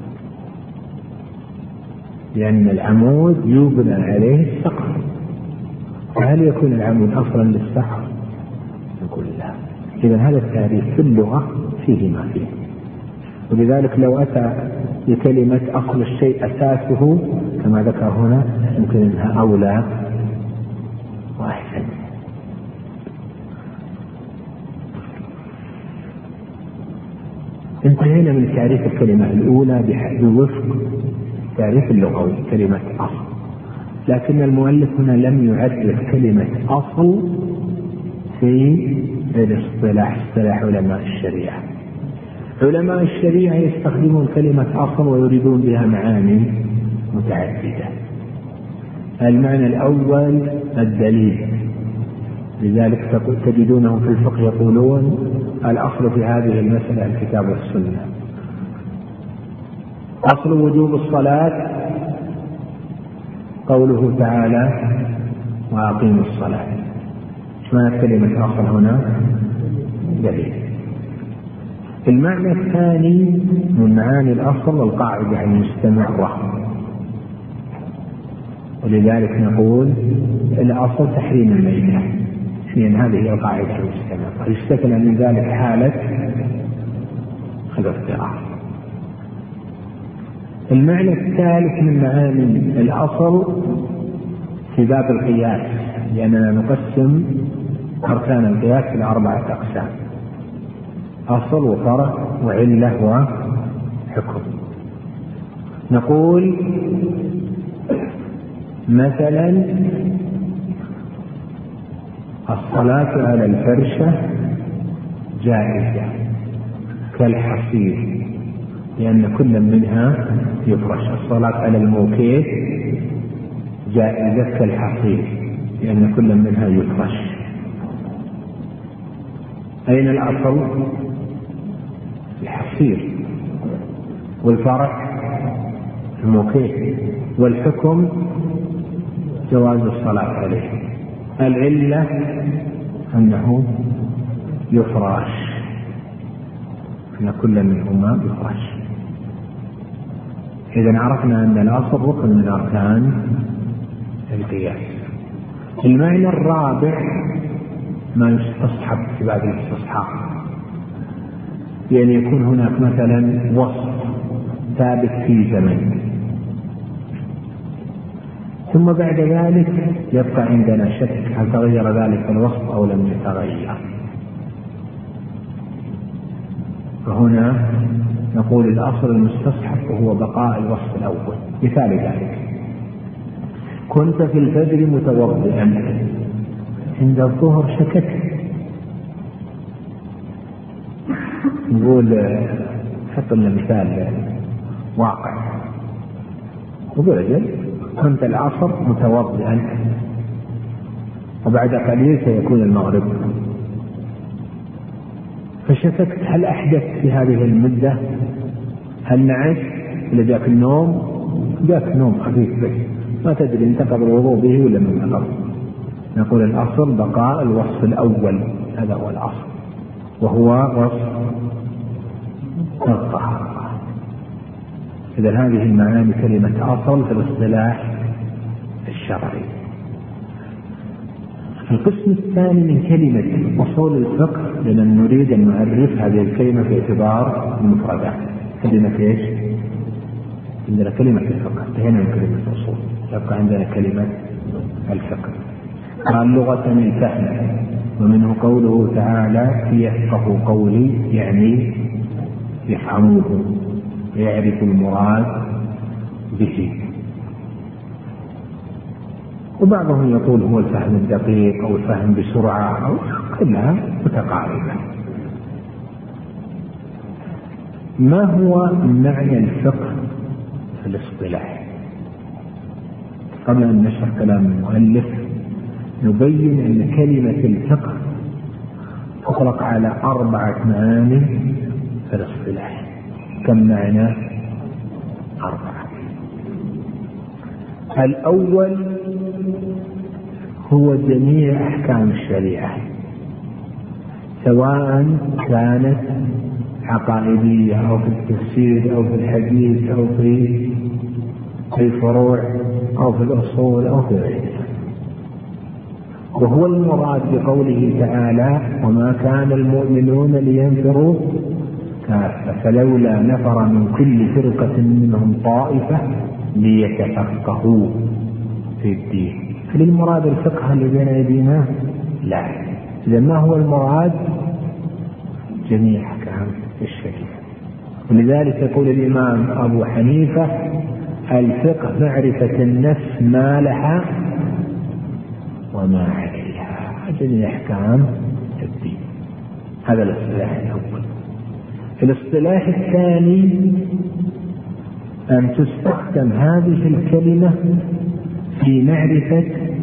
لأن العمود يبنى عليه السقف، فهل يكون العمود أصلا للسقف؟ نقول لا. إذا هذا التعريف في اللغة فيه ما فيه. ولذلك لو أتى بكلمة أصل الشيء أساسه كما ذكر هنا يمكن أنها أولى وأحسن. انتهينا من تعريف الكلمة الأولى بوفق التعريف اللغوي كلمة أصل. لكن المؤلف هنا لم يعرف كلمة أصل في الاصطلاح، اصطلاح علماء الشريعة. علماء الشريعة يستخدمون كلمة أصل ويريدون بها معاني متعددة. المعنى الأول الدليل، لذلك تجدونهم في الفقه يقولون الأصل في هذه المسألة الكتاب والسنة. أصل وجوب الصلاة قوله تعالى وأقيموا الصلاة. معنى كلمة أصل هنا دليل. المعنى الثاني من معاني الأصل القاعدة المستمرة، ولذلك نقول الأصل تحريم الميتة، لأن هذه هي القاعدة المستمرة. يستثنى من ذلك حالة الاضطرار. المعنى الثالث من معاني الأصل في باب القياس، لأننا نقسم أركان القياس إلى 4 أقسام: أصل وفرع وعلة وحكم. نقول مثلا الصلاة على الفرشة جائزة كالحصير، لأن كل منها يفرش. الصلاة على الموكيت جائزة كالحصير، لأن كل منها يفرش. أين الأصل؟ الحصير، والفرع الموكيت، والحكم جواز الصلاة عليه. العلة أنه يفرش، أن كل منهما يفرش. إذن عرفنا أن الأصل ركن من أركان القياس. المعنى الرابع ما يستصحب في باب الاستصحاب، يعني يكون هناك مثلا وصف ثابت في زمن، ثم بعد ذلك يبقى عندنا شك هل تغير ذلك الوصف أو لم يتغير. فهنا نقول الأصل المستصحب وهو بقاء الوصف الأول. مثال ذلك: كنت في الفجر متوضئا، عند الظهر شككت. نقول حط لنا مثال واقع وبعدين كنت العصر متوضئا، وبعد قليل سيكون المغرب، فشككت هل أحدث في هذه المدة؟ هل نعس ولا جاك النوم؟ جاك نوم خفيف بس ما تدري انتقض الوضوء به ولا من الأرض. نقول الأصل بقاء الوصف الأول، هذا هو الأصل، وهو وصف الطهارة. إذا هذه المعاني كلمة أصل في الاصطلاح الشرعي. القسم الثاني من كلمة أصول الفقه، لأن نريد أن نعرف هذه الكلمة في اعتبار المفردات. كلمة إيش؟ عندنا كلمة الفقه، انتهينا من كلمة الأصول، يبقى عندنا كلمة الفقه. قال لغة الفهم، ومنه قوله تعالى يفقه قولي، يعني يفهموه، يعرف المراد به. وبعضهم يقول هو الفهم الدقيق أو الفهم بسرعة، أو كلها متقاربة. ما هو معنى الفقه في الاصطلاح؟ قبل أن نشرح كلام المؤلف نبين أن كلمة الفقه تطلق على 4 معاني في الاصطلاح. كم معنى؟ 4. الأول هو جميع أحكام الشريعة، سواء كانت عقائدية أو في التفسير أو في الحديث أو في الفروع أو في الأصول أو في غيرها. وهو المراد بقوله تعالى وما كان المؤمنون لينفروا كافة فلولا نفر من كل فرقة منهم طائفة ليتفقهوا في الدين. هل المراد الفقه اللي بين أيدينا؟ لا. إذا ما هو المراد؟ جميع أحكام الشريعة. ولذلك يقول الإمام أبو حنيفة الفقه معرفة النفس ما لها وما عليها، جميع أحكام الدين. هذا الاصطلاح الأول. الاصطلاح الثاني أن تستخدم هذه الكلمة في معرفة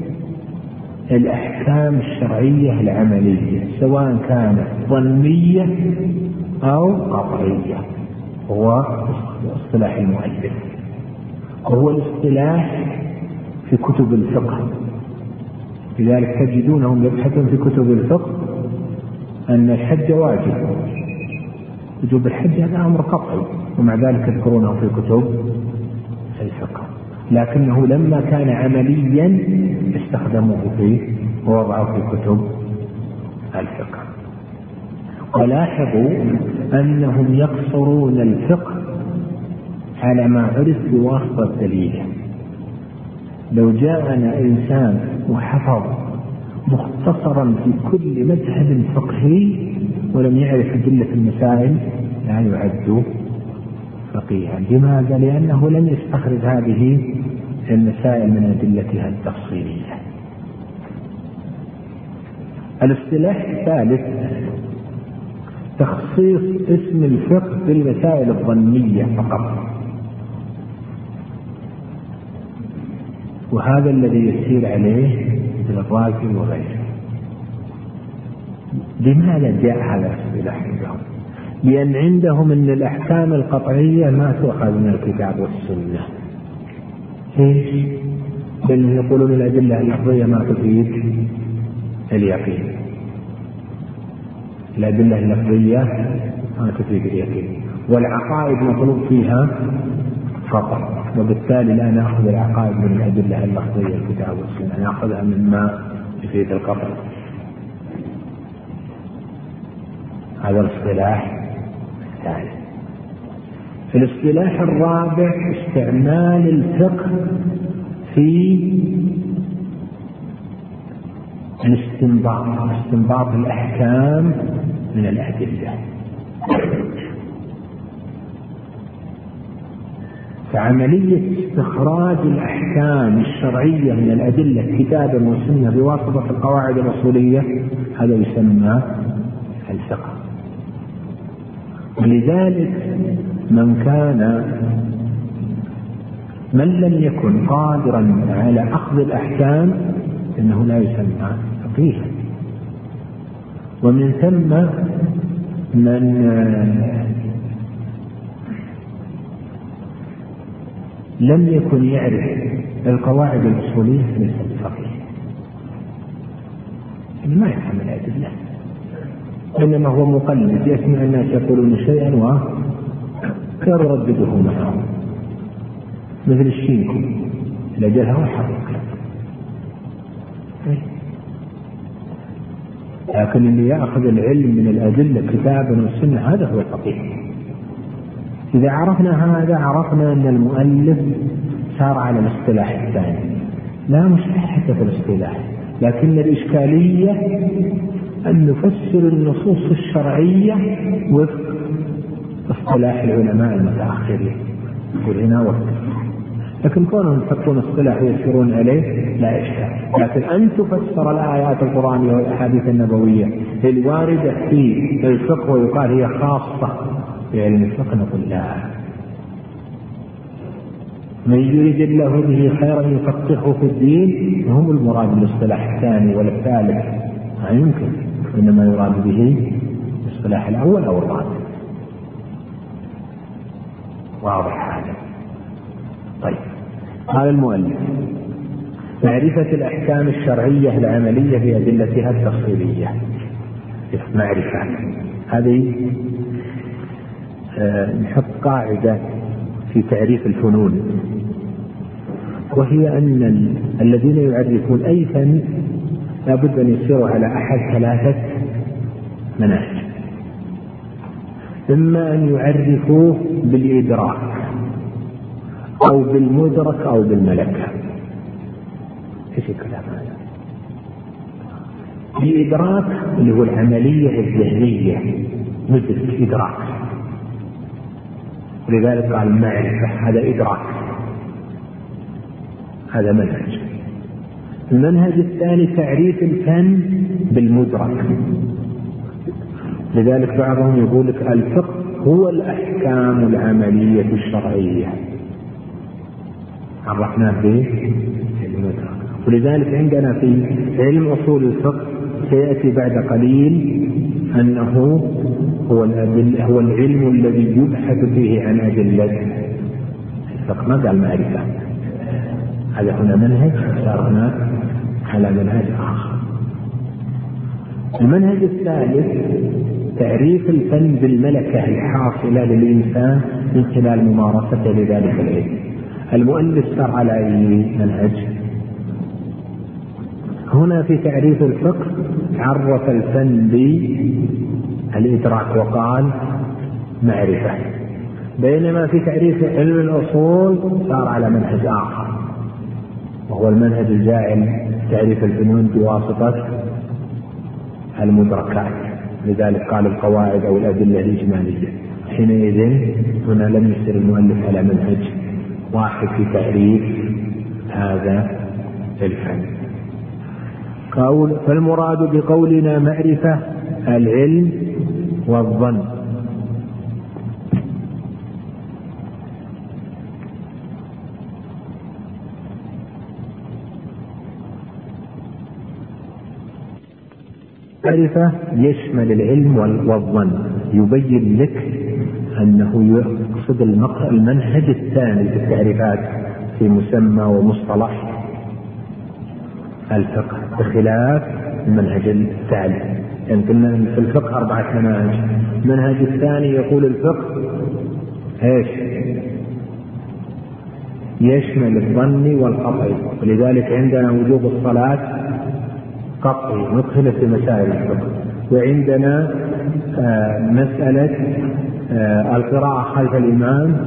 الأحكام الشرعية العملية، سواء كانت ظنية أو قطعية. هو اصطلاح المؤلف، وهو الاصطلاح في كتب الفقه. لذلك تجدونهم يبحثون في كتب الفقه أن الحج واجب، وجوب الحج هذا أمر قطعي، ومع ذلك يذكرونه في كتب الفقه، لكنه لما كان عمليا استخدموه فيه ووضعوه في كتب الفقه. ولاحظوا أنهم يقصرون الفقه على ما عرف بواسطة الدليل. لو جاءنا إنسان وحفظ مختصرا في كل مذهب فقهي ولم يعرف أدلة المسائل لا يعد فقيها. لماذا؟ لأنه لم يستخرج هذه المسائل من أدلتها التفصيلية. الاصطلاح الثالث تخصيص اسم الفقه بالمسائل الظنية فقط، وهذا الذي يسير عليه الرازي وغيره. لماذا جاء هذا الاصطلاح عندهم؟ لأن عندهم أن الأحكام القطعية ما تؤخذ من الكتاب والسنة. ليش؟ لأنهم يقولون الأدلة اللفظية ما تفيد اليقين، الأدلة اللفظية ما تفيد اليقين، والعقائد مطلوب فيها فقط. وبالتالي لا نأخذ العقائد من الأدلة اللفظية الكتاب والسنة، نأخذها مما يفيد القطع. هذا الاصطلاح الثالث. في الاصطلاح الرابع استعمال الفقه في استنباط الأحكام من الأدلة. فعملية استخراج الأحكام الشرعية من الأدلة كتابا وسنة بواسطة القواعد الأصولية هذا يسمى الفقه. ولذلك من لم يكن قادرا على أخذ الأحكام إنه لا يسمى فقيها. ومن ثم من لم يكن يعرف القواعد الأصولية ليس بفقيه، ما يفهم الأدلة، إنما هو مقلد، يسمع الناس يقولون شيئا ويردده معهم. مثل الشينكو لجلها وحرك. لكن اللي يأخذ العلم من الأدلة كتابا والسنة هذا هو الفقيه. إذا عرفنا هذا عرفنا أن المؤلف سار على الاصطلاح الثاني، لا مشكلة في الاصطلاح، لكن الإشكالية أن نفسر النصوص الشرعية وفق اصطلاح العلماء المتأخرين، يقول هنا وقت. لكن كونهم يحطون اصطلاح ويسيرون عليه لا إشكال، لكن أن تفسر الآيات القرآنية والأحاديث النبوية الواردة في الفقه ويقال هي خاصة بعلم الفقه، نقول لا. من يريد الله به خيرا يفقهه في الدين، وهم المراد بالاصطلاح الثاني ولا الثالث، ما يمكن، إنما يراد به الاصطلاح الأول أو الرابع. واضح هذا؟ طيب، قال المؤلف: معرفة الأحكام الشرعية العملية بأدلتها التفصيلية. معرفة هذه نحط قاعدة في تعريف الفنون، وهي أن الذين يعرفون أي فن لابد أن يسيروا على أحد ثلاثة مناهج: إما أن يعرفوه بالإدراك أو بالمدرك أو بالملكة. إيش الكلام هذا؟ الإدراك اللي هو العملية الذهنية، مدرك إدراك، ولذلك قال المعرفة هذا إدراك، هذا منهج. المنهج الثاني تعريف الفن بالمدرك، لذلك بعضهم يقول لك الفقه هو الأحكام العملية الشرعية، عرفناه بالمدرك. ولذلك عندنا في علم أصول الفقه سيأتي بعد قليل أنه هو العلم الذي يبحث فيه عن أدلة الفقه، ما قال معرفة. هذا هنا منهج، صار هناك على منهج آخر. المنهج الثالث تعريف الفن بالملكة الحاصلة للإنسان من خلال ممارسته لذلك العلم. المؤلف صار على أي منهج؟ هنا في تعريف الفقه عرف الفن بالإدراك وقال معرفة، بينما في تعريف علم الأصول صار على منهج آخر، وهو المنهج الجاعل تعريف الفنون بواسطة المدركات، لذلك قال القواعد أو الأدلة الإجمالية. حينئذ هنا لم يسر المؤلف على منهج واحد في تعريف هذا الفن. قول: فالمراد بقولنا معرفة العلم والظن. معرفة يشمل العلم والظن، يبين لك أنه يقصد المنهج الثاني في التعريفات في مسمى ومصطلح الفقه بخلاف المنهج الثالث. يعني قلنا في الفقه 4 مناهج، المنهج الثاني يقول الفقه ايش؟ يشمل الظن والقطعي، ولذلك عندنا وجوب الصلاة قطعي ندخله في مسائل الفقه، وعندنا مسألة القراءة خلف الإمام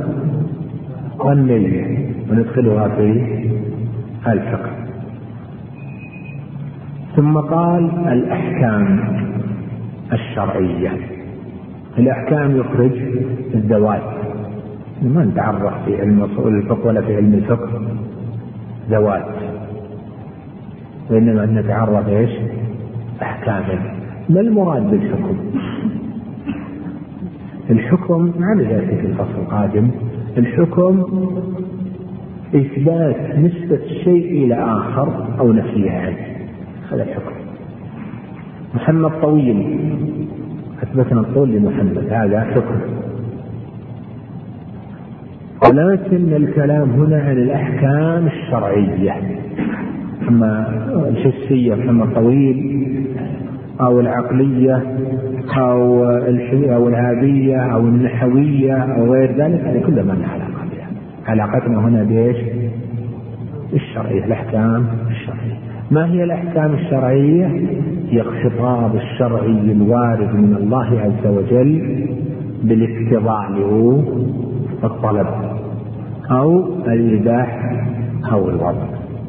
ظنية وندخلها في الفقه. ثم قال الأحكام الشرعية. الأحكام يخرج الذوات، ما نتعرف في علم أصول الفقه ولا في علم الفقه ذوات، وإنما أن نتعرف إيش؟ أحكاما. ما المراد بالحكم؟ الحكم معنى ذلك في الفصل القادم. الحكم إثبات نسبة الشيء إلى آخر أو نفيه عنه، هذا الحكم. محمد طويل، أثبتنا الطول لمحمد، هذا حكم. ولكن الكلام هنا عن الأحكام الشرعية، أما الحسية محمد طويل أو العقلية أو الهابية أو النحوية أو غير ذلك، هذه كلها ما لها علاقة بها. علاقتنا هنا بإيش؟ الشرعية، الأحكام الشرعية. ما هي الأحكام الشرعية؟ هي الخطاب الشرعي الوارد من الله عز وجل بالاقتضاء له الطلب أو الإباحة أو الوضع.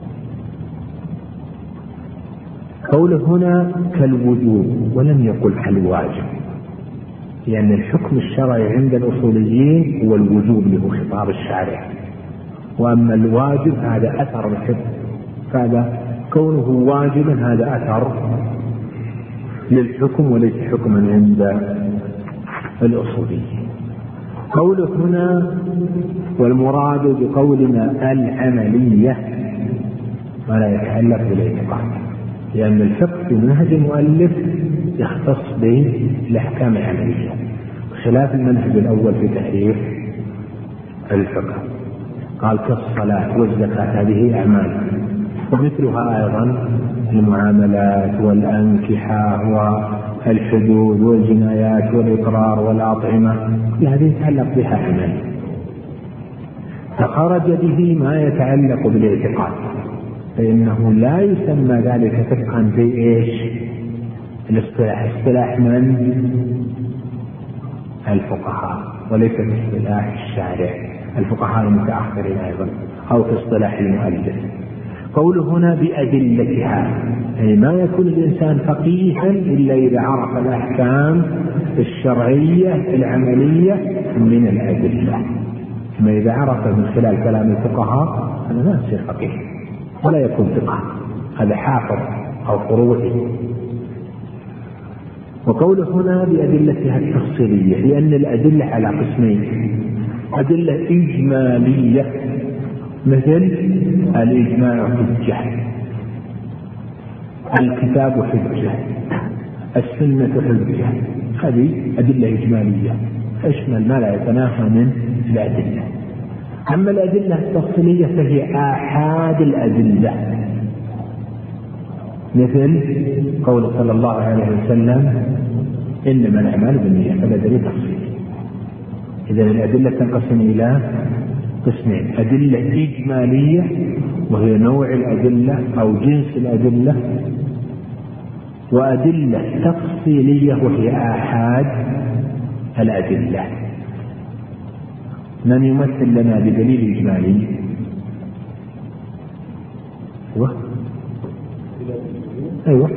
قوله هنا كالوجوب ولم يقل كالواجب، لأن الحكم الشرعي عند الأصوليين هو الوجوب له خطاب الشارع، وأما الواجب هذا أثر الحكم، فهذا كونه واجبا هذا أثر للحكم وليس حكما عند الأصوليين. قوله هنا والمراد بقولنا العملية ما لا يتعلق بالاعتقاد، لأن الفقه في منهج المؤلف يختص بالأحكام العملية خلاف المنهج الأول في تحريف الفقه. قال كالصلاة والزكاة هذه أعمال، ومثلها أيضا المعاملات والأنكحة والحدود والجنايات والإقرار والأطعمة، هذه يتعلق بها عمل، فخرج به ما يتعلق بالاعتقاد، فإنه لا يسمى ذلك فقها في إيش؟ الاصطلاح، اصطلاح من؟ الفقهاء، وليس باصطلاح الشارع، الفقهاء المتأخرين أيضا، أو في اصطلاح المؤلف. قوله هنا بأدلتها، يعني ما يكون الإنسان فقيها إلا إذا عرف الأحكام الشرعية العملية من الأدلة. أما إذا عرف من خلال كلام الفقهاء هذا لا يصير فقيه ولا يكون فقه، هذا حافظ أو فروعي. وقوله هنا بأدلتها التفصيلية، لأن الأدلة على قسمين: أدلة إجمالية مثل الإجماع حجة، الكتاب حجة، السنة حجة، هذه أدلة إجمالية تشمل ما لا يتناهى من الأدلة. أما الأدلة التفصيلية فهي آحاد الأدلة، مثل قول صلى الله عليه وسلم إنما الأعمال بالنيات، هذا دليل تفصيلي. إذن الأدلة تنقسم إلى قسمين: أدلة إجمالية وهي نوع الأدلة أو جنس الأدلة، وأدلة تفصيلية وهي آحاد الأدلة. من يمثل لنا بدليل إجمالي؟ أيوة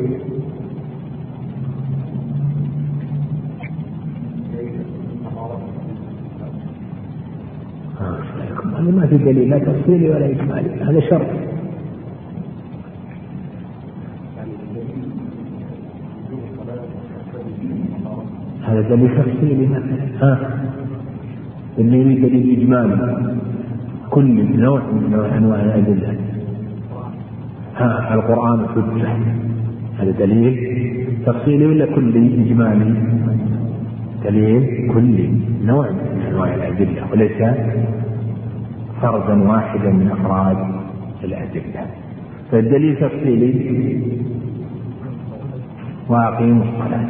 هذا ما في دليل لا تفصيلي ولا إجمالي، هذا شرط. هذا دليل تفصيلي مثلا، اللي يريد دليل إجمالي كل نوع من أنواع الأدلة، القرآن حجة، هذا دليل تفصيلي ولا كلي إجمالي؟ دليل كلي، نوع من أنواع الأدلة وليس فردا واحدا من أفراد الأدلة. فالدليل تفصيلي: وأقيموا الصلاة.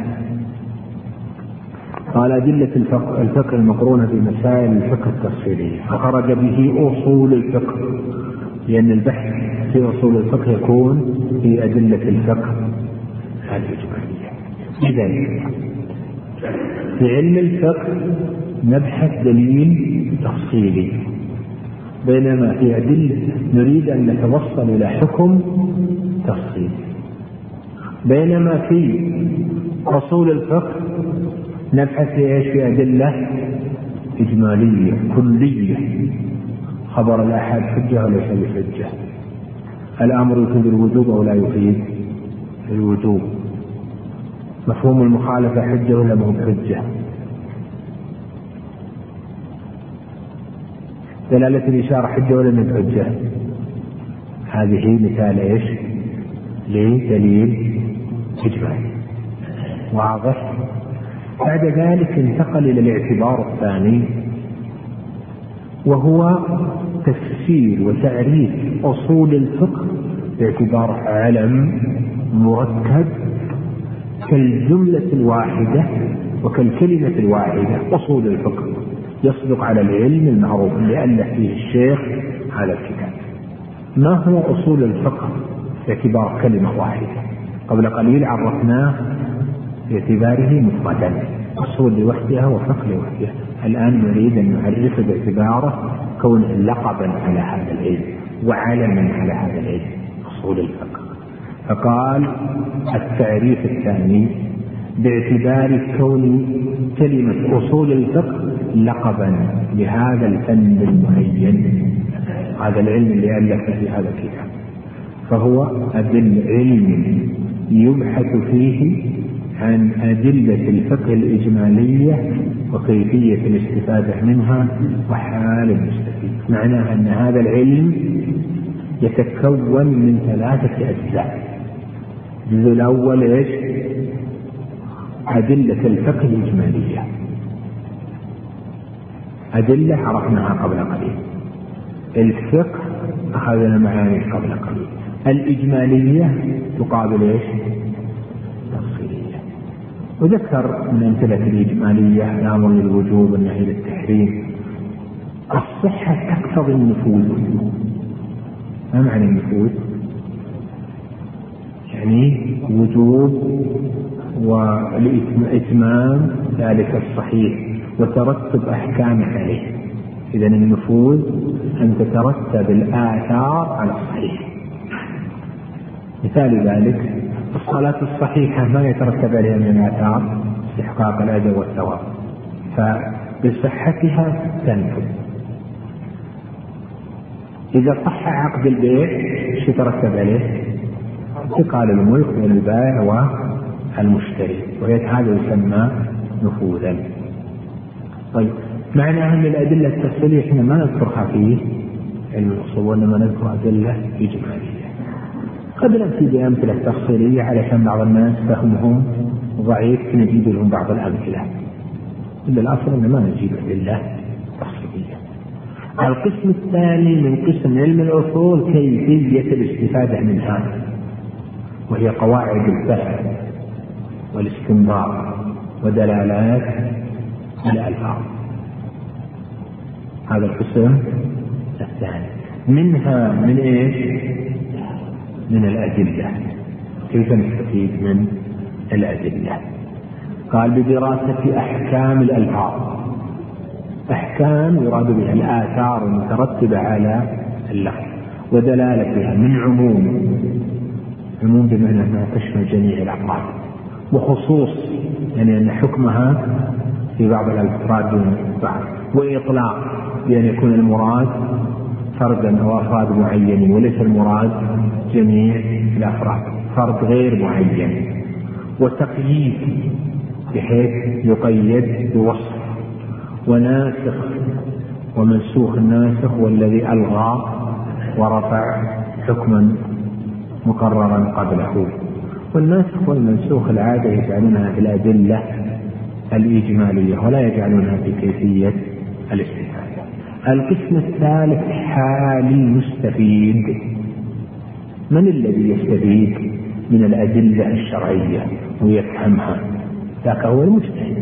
قال أدلة الفقه المقرونة بمسائل الفقه التفصيلية، فخرج به أصول الفقه، لأن البحث في أصول الفقه يكون في أدلة الفقه الإجمالية. إذن في علم الفقه نبحث دليل تفصيلي، بينما في أدلة نريد أن نتوصل إلى حكم تفصيلي، بينما في أصول الفقه نبحث في أدلة إجمالية كلية: خبر الآحاد حجة وليس بحجة، الأمر يفيد الوجوب أو لا يفيد الوجوب، مفهوم المخالفة حجة ولا مو حجة، دلالة الإشارة حجة ولا مو حجة. هذه مثال إيش؟ لدليل إجمالي واضح. بعد ذلك انتقل إلى الاعتبار الثاني، وهو تفسير وتعريف أصول الفقه باعتبار علم مركب كالجملة الواحدة وكالكلمة الواحدة. أصول الفقه يصدق على العلم المعروف اللي ألف فيه الشيخ هذا الكتاب. ما هو أصول الفقه باعتبار كلمة واحدة؟ قبل قليل عرفناه باعتباره مفردا، أصول لوحدها وفقه لوحدها. الآن نريد أن نعرفه باعتباره كونه لقبا على هذا العلم وعلما على هذا العلم، أصول الفقه. فقال التعريف الثاني باعتبار كون كلمة أصول الفقه لقبا لهذا الفن المعين، هذا العلم اللي ألف في هذا الكتاب، فهو علم يبحث فيه عن أدلة الفقه الإجمالية وكيفية الاستفادة منها وحال المستفيد. معناه أن هذا العلم يتكون من 3 أجزاء. الجزء الأول إيش؟ أدلة الفقه الإجمالية، أدلة عرفناها قبل قليل. الفقه أخذنا معاني قبل قليل. الإجمالية تقابل إيش؟ تفصيلية. وذكر من أمثلة الإجمالية الأمر للوجوب والنهي للتحريم. الصحة تقتضي النفوذ. ما معنى النفوذ؟ يعني وجوب والإتمام ذلك الصحيح وترتب أحكام عليه. إذن النفوذ أن تترتب الآثار على الصحيح. مثال ذلك الصلاة الصحيحة ما يترتب عليها من الآثار استحقاق الأجر والثواب، فبصحتها تنفذ. إذا صح عقد البيع شو يترتب عليه؟ انتقال الملك من البائع والمشتري، وهذا يسمى نفوذا. طيب، معنى أن الأدلة التفصيلية احنا ما نذكرها في علم الأصول، وإنما نذكر أدلة إجمالية. قد نأتي بأمثلة تفصيلية علشان بعض الناس فهمهم ضعيف نجيب لهم بعض الأمثلة، إلا الأصل أن ما نجيب أدلة تفصيلية. القسم الثاني من قسم علم الأصول كيفية الاستفادة منها، وهي قواعد الفهم والاستنباط ودلالات الألفاظ. هذا القسم الثاني. منها من إيش؟ من الأدلة. كيف نستفيد من الأدلة؟ قال بدراسة أحكام الألفاظ. أحكام يراد بها الآثار المترتبة على اللفظ ودلالتها من عموم بمعنى أنها تشمل جميع الأفراد، وخصوص يعني أن حكمها في بعض الأفراد دون بعض، وإطلاق بأن يكون المراد فردا أو أفراد معينين وليس المراد جميع الأفراد، فرد غير معين، وتقييد بحيث يقيد بوصف، وناسخ ومنسوخ. الناسخ والذي ألغى ورفع حكما مقررا قبله. والناسخ والمنسوخ العادة يجعلونها في الأدلة الإجمالية ولا يجعلونها في كيفية الاستفادة. القسم الثالث حال المستفيد. من الذي يستفيد من الأدلة الشرعية ويفهمها؟ ذاك هو المجتهد.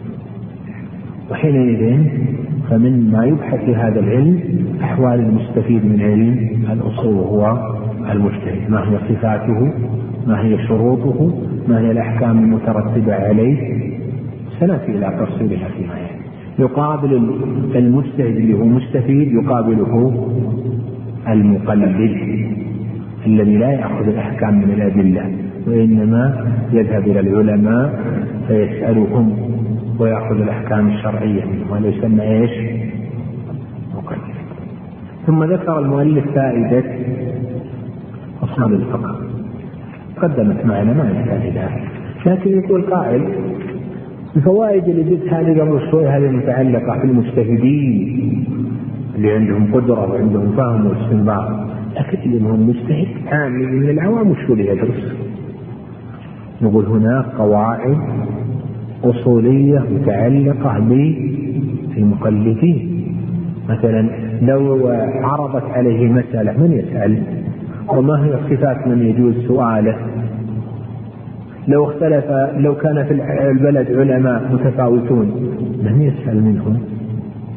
وحينئذ فمن ما يبحث في هذا العلم أحوال المستفيد من علم الأصول هو المجتهد. ما هي صفاته؟ ما هي شروطه؟ ما هي الأحكام المترتبة عليه؟ سنأتي إلى تفصيلها فيما يعني. يقابل المجتهد اللي هو مستفيد يقابله المقلد الذي لا يأخذ الأحكام من الأدلة، وإنما يذهب إلى العلماء فيسألهم ويأخذ الأحكام الشرعية منهم، ولا يسمى إيش؟ مقلد. ثم ذكر المؤلف فائدة أصول الفقه قدمت معنا ما يحتاج إليها، لكن يقول قائل الفوائد اللي جبت هذه قبل شوي هذه متعلقة في المجتهدين اللي عندهم قدرة وعندهم فهم واستنباط، لكن اللي هم مجتهد عامي من العوام وشو اللي يدرس؟ نقول هناك قواعد أصولية متعلقة بالمقلدين. مثلا لو عرضت عليه مسألة من يسأل؟ وما هي صفات من يجوز سؤاله؟ لو اختلف، لو كان في البلد علماء متفاوتون من يسأل منهم؟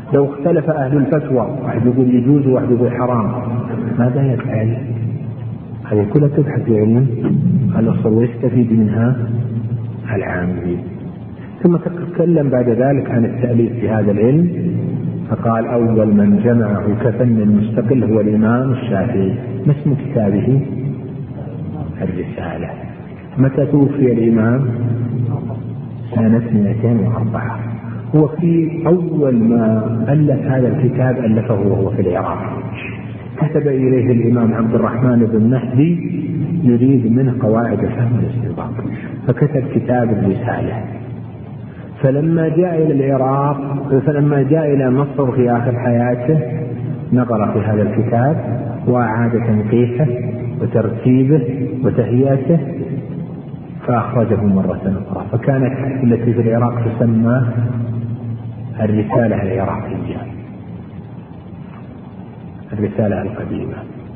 لو اختلف أهل الفتوى، واحد يقول يجوز وواحد يقول حرام، ماذا يفعل؟ هذه كلها تبحث في علم الأصول ويستفيد منها العامي. ثم تتكلم بعد ذلك عن التأليف في هذا العلم، فقال: أول من جمعه كفن مستقل هو الإمام الشافعي. ما اسم كتابه؟ الرسالة. متى توفي الإمام؟ سنة 204. هو في أول ما ألف هذا الكتاب ألفه وهو في العراق. كتب إليه الإمام عبد الرحمن بن مهدي يريد منه قواعد فهم الاستنباط، فكتب كتاب الرسالة. فلما جاء إلى العراق، فلما جاء إلى مصر في آخر حياته، نظر في هذا الكتاب وأعاد تنقيحه وترتيبه وتهيئته فأخرجه مرة أخرى، فكانت التي في العراق تسمى الرسالة العراقية، الرسالة القديمة.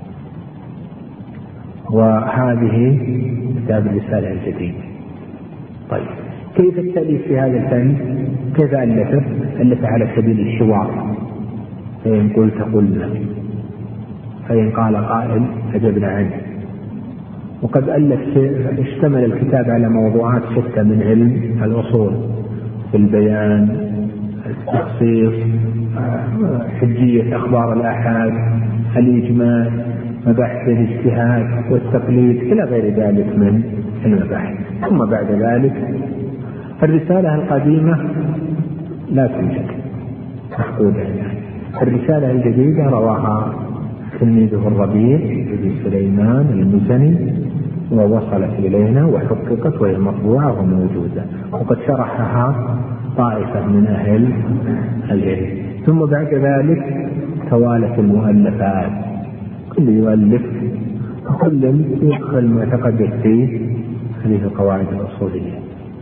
وهذه كتاب الرسالة الجديد. طيب، كيف التأليف في هذا الفن؟ كيف ألفه؟ ألف على سبيل الحوار، فإن قلت قلنا، فإن قال قائل أجبنا عنه. وقد اشتمل الكتاب على موضوعات شتى من علم الأصول، في البيان، التخصيص، حجية أخبار الآحاد، الإجماع، مباحث الاجتهاد والتقليد إلى غير ذلك من المباحث. ثم بعد ذلك الرسالة القديمة لا توجد مفقودة يعني. الرسالة الجديدة رواها تلميذه الربيع بن سليمان المزني ووصلت إلينا وحققت وهي مطبوعة وموجودة، وقد شرحها طائفة من أهل العلم. ثم بعد ذلك توالت المؤلفات، كل يؤلف كل يدخل ما تقدم فيه هذه القواعد الأصولية.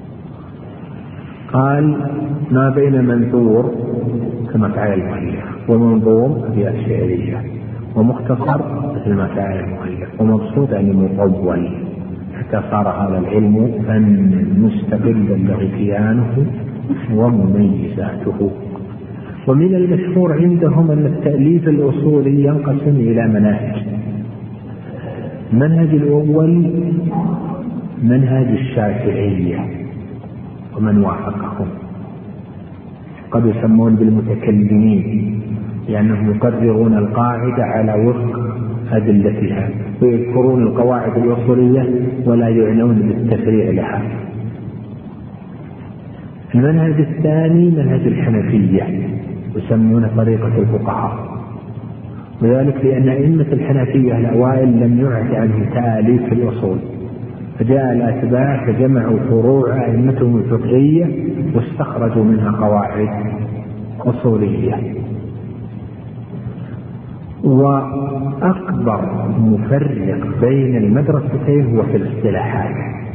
قال: ما بين منثور كما فعل المؤلف، ومنظوم أبيات شعرية، ومختصر مثل ما فعل المؤلف، ومبسوط يعني مطول، حتى صار هذا العلم فن مستقلا له كيانه ومميزاته. ومن المشهور عندهم أن التأليف الأصولي ينقسم إلى مناهج. المنهج الأول منهج الشافعية ومن وافقهم، قد يسمون بالمتكلمين، لأنهم يقررون القاعدة على وفق أدلتها، ويذكرون القواعد الأصولية ولا يعنون بالتفريع لها. المنهج الثاني منهج الحنفية، يسمونه طريقة الفقهاء، وذلك لأن أئمة الحنفية الأوائل لم يعد عنهم تأليف في الأصول، فجاء الأتباع فجمعوا فروع أئمتهم الفقهية واستخرجوا منها قواعد أصولية. وأكبر مفرق بين المدرستين هو في الاصطلاحات،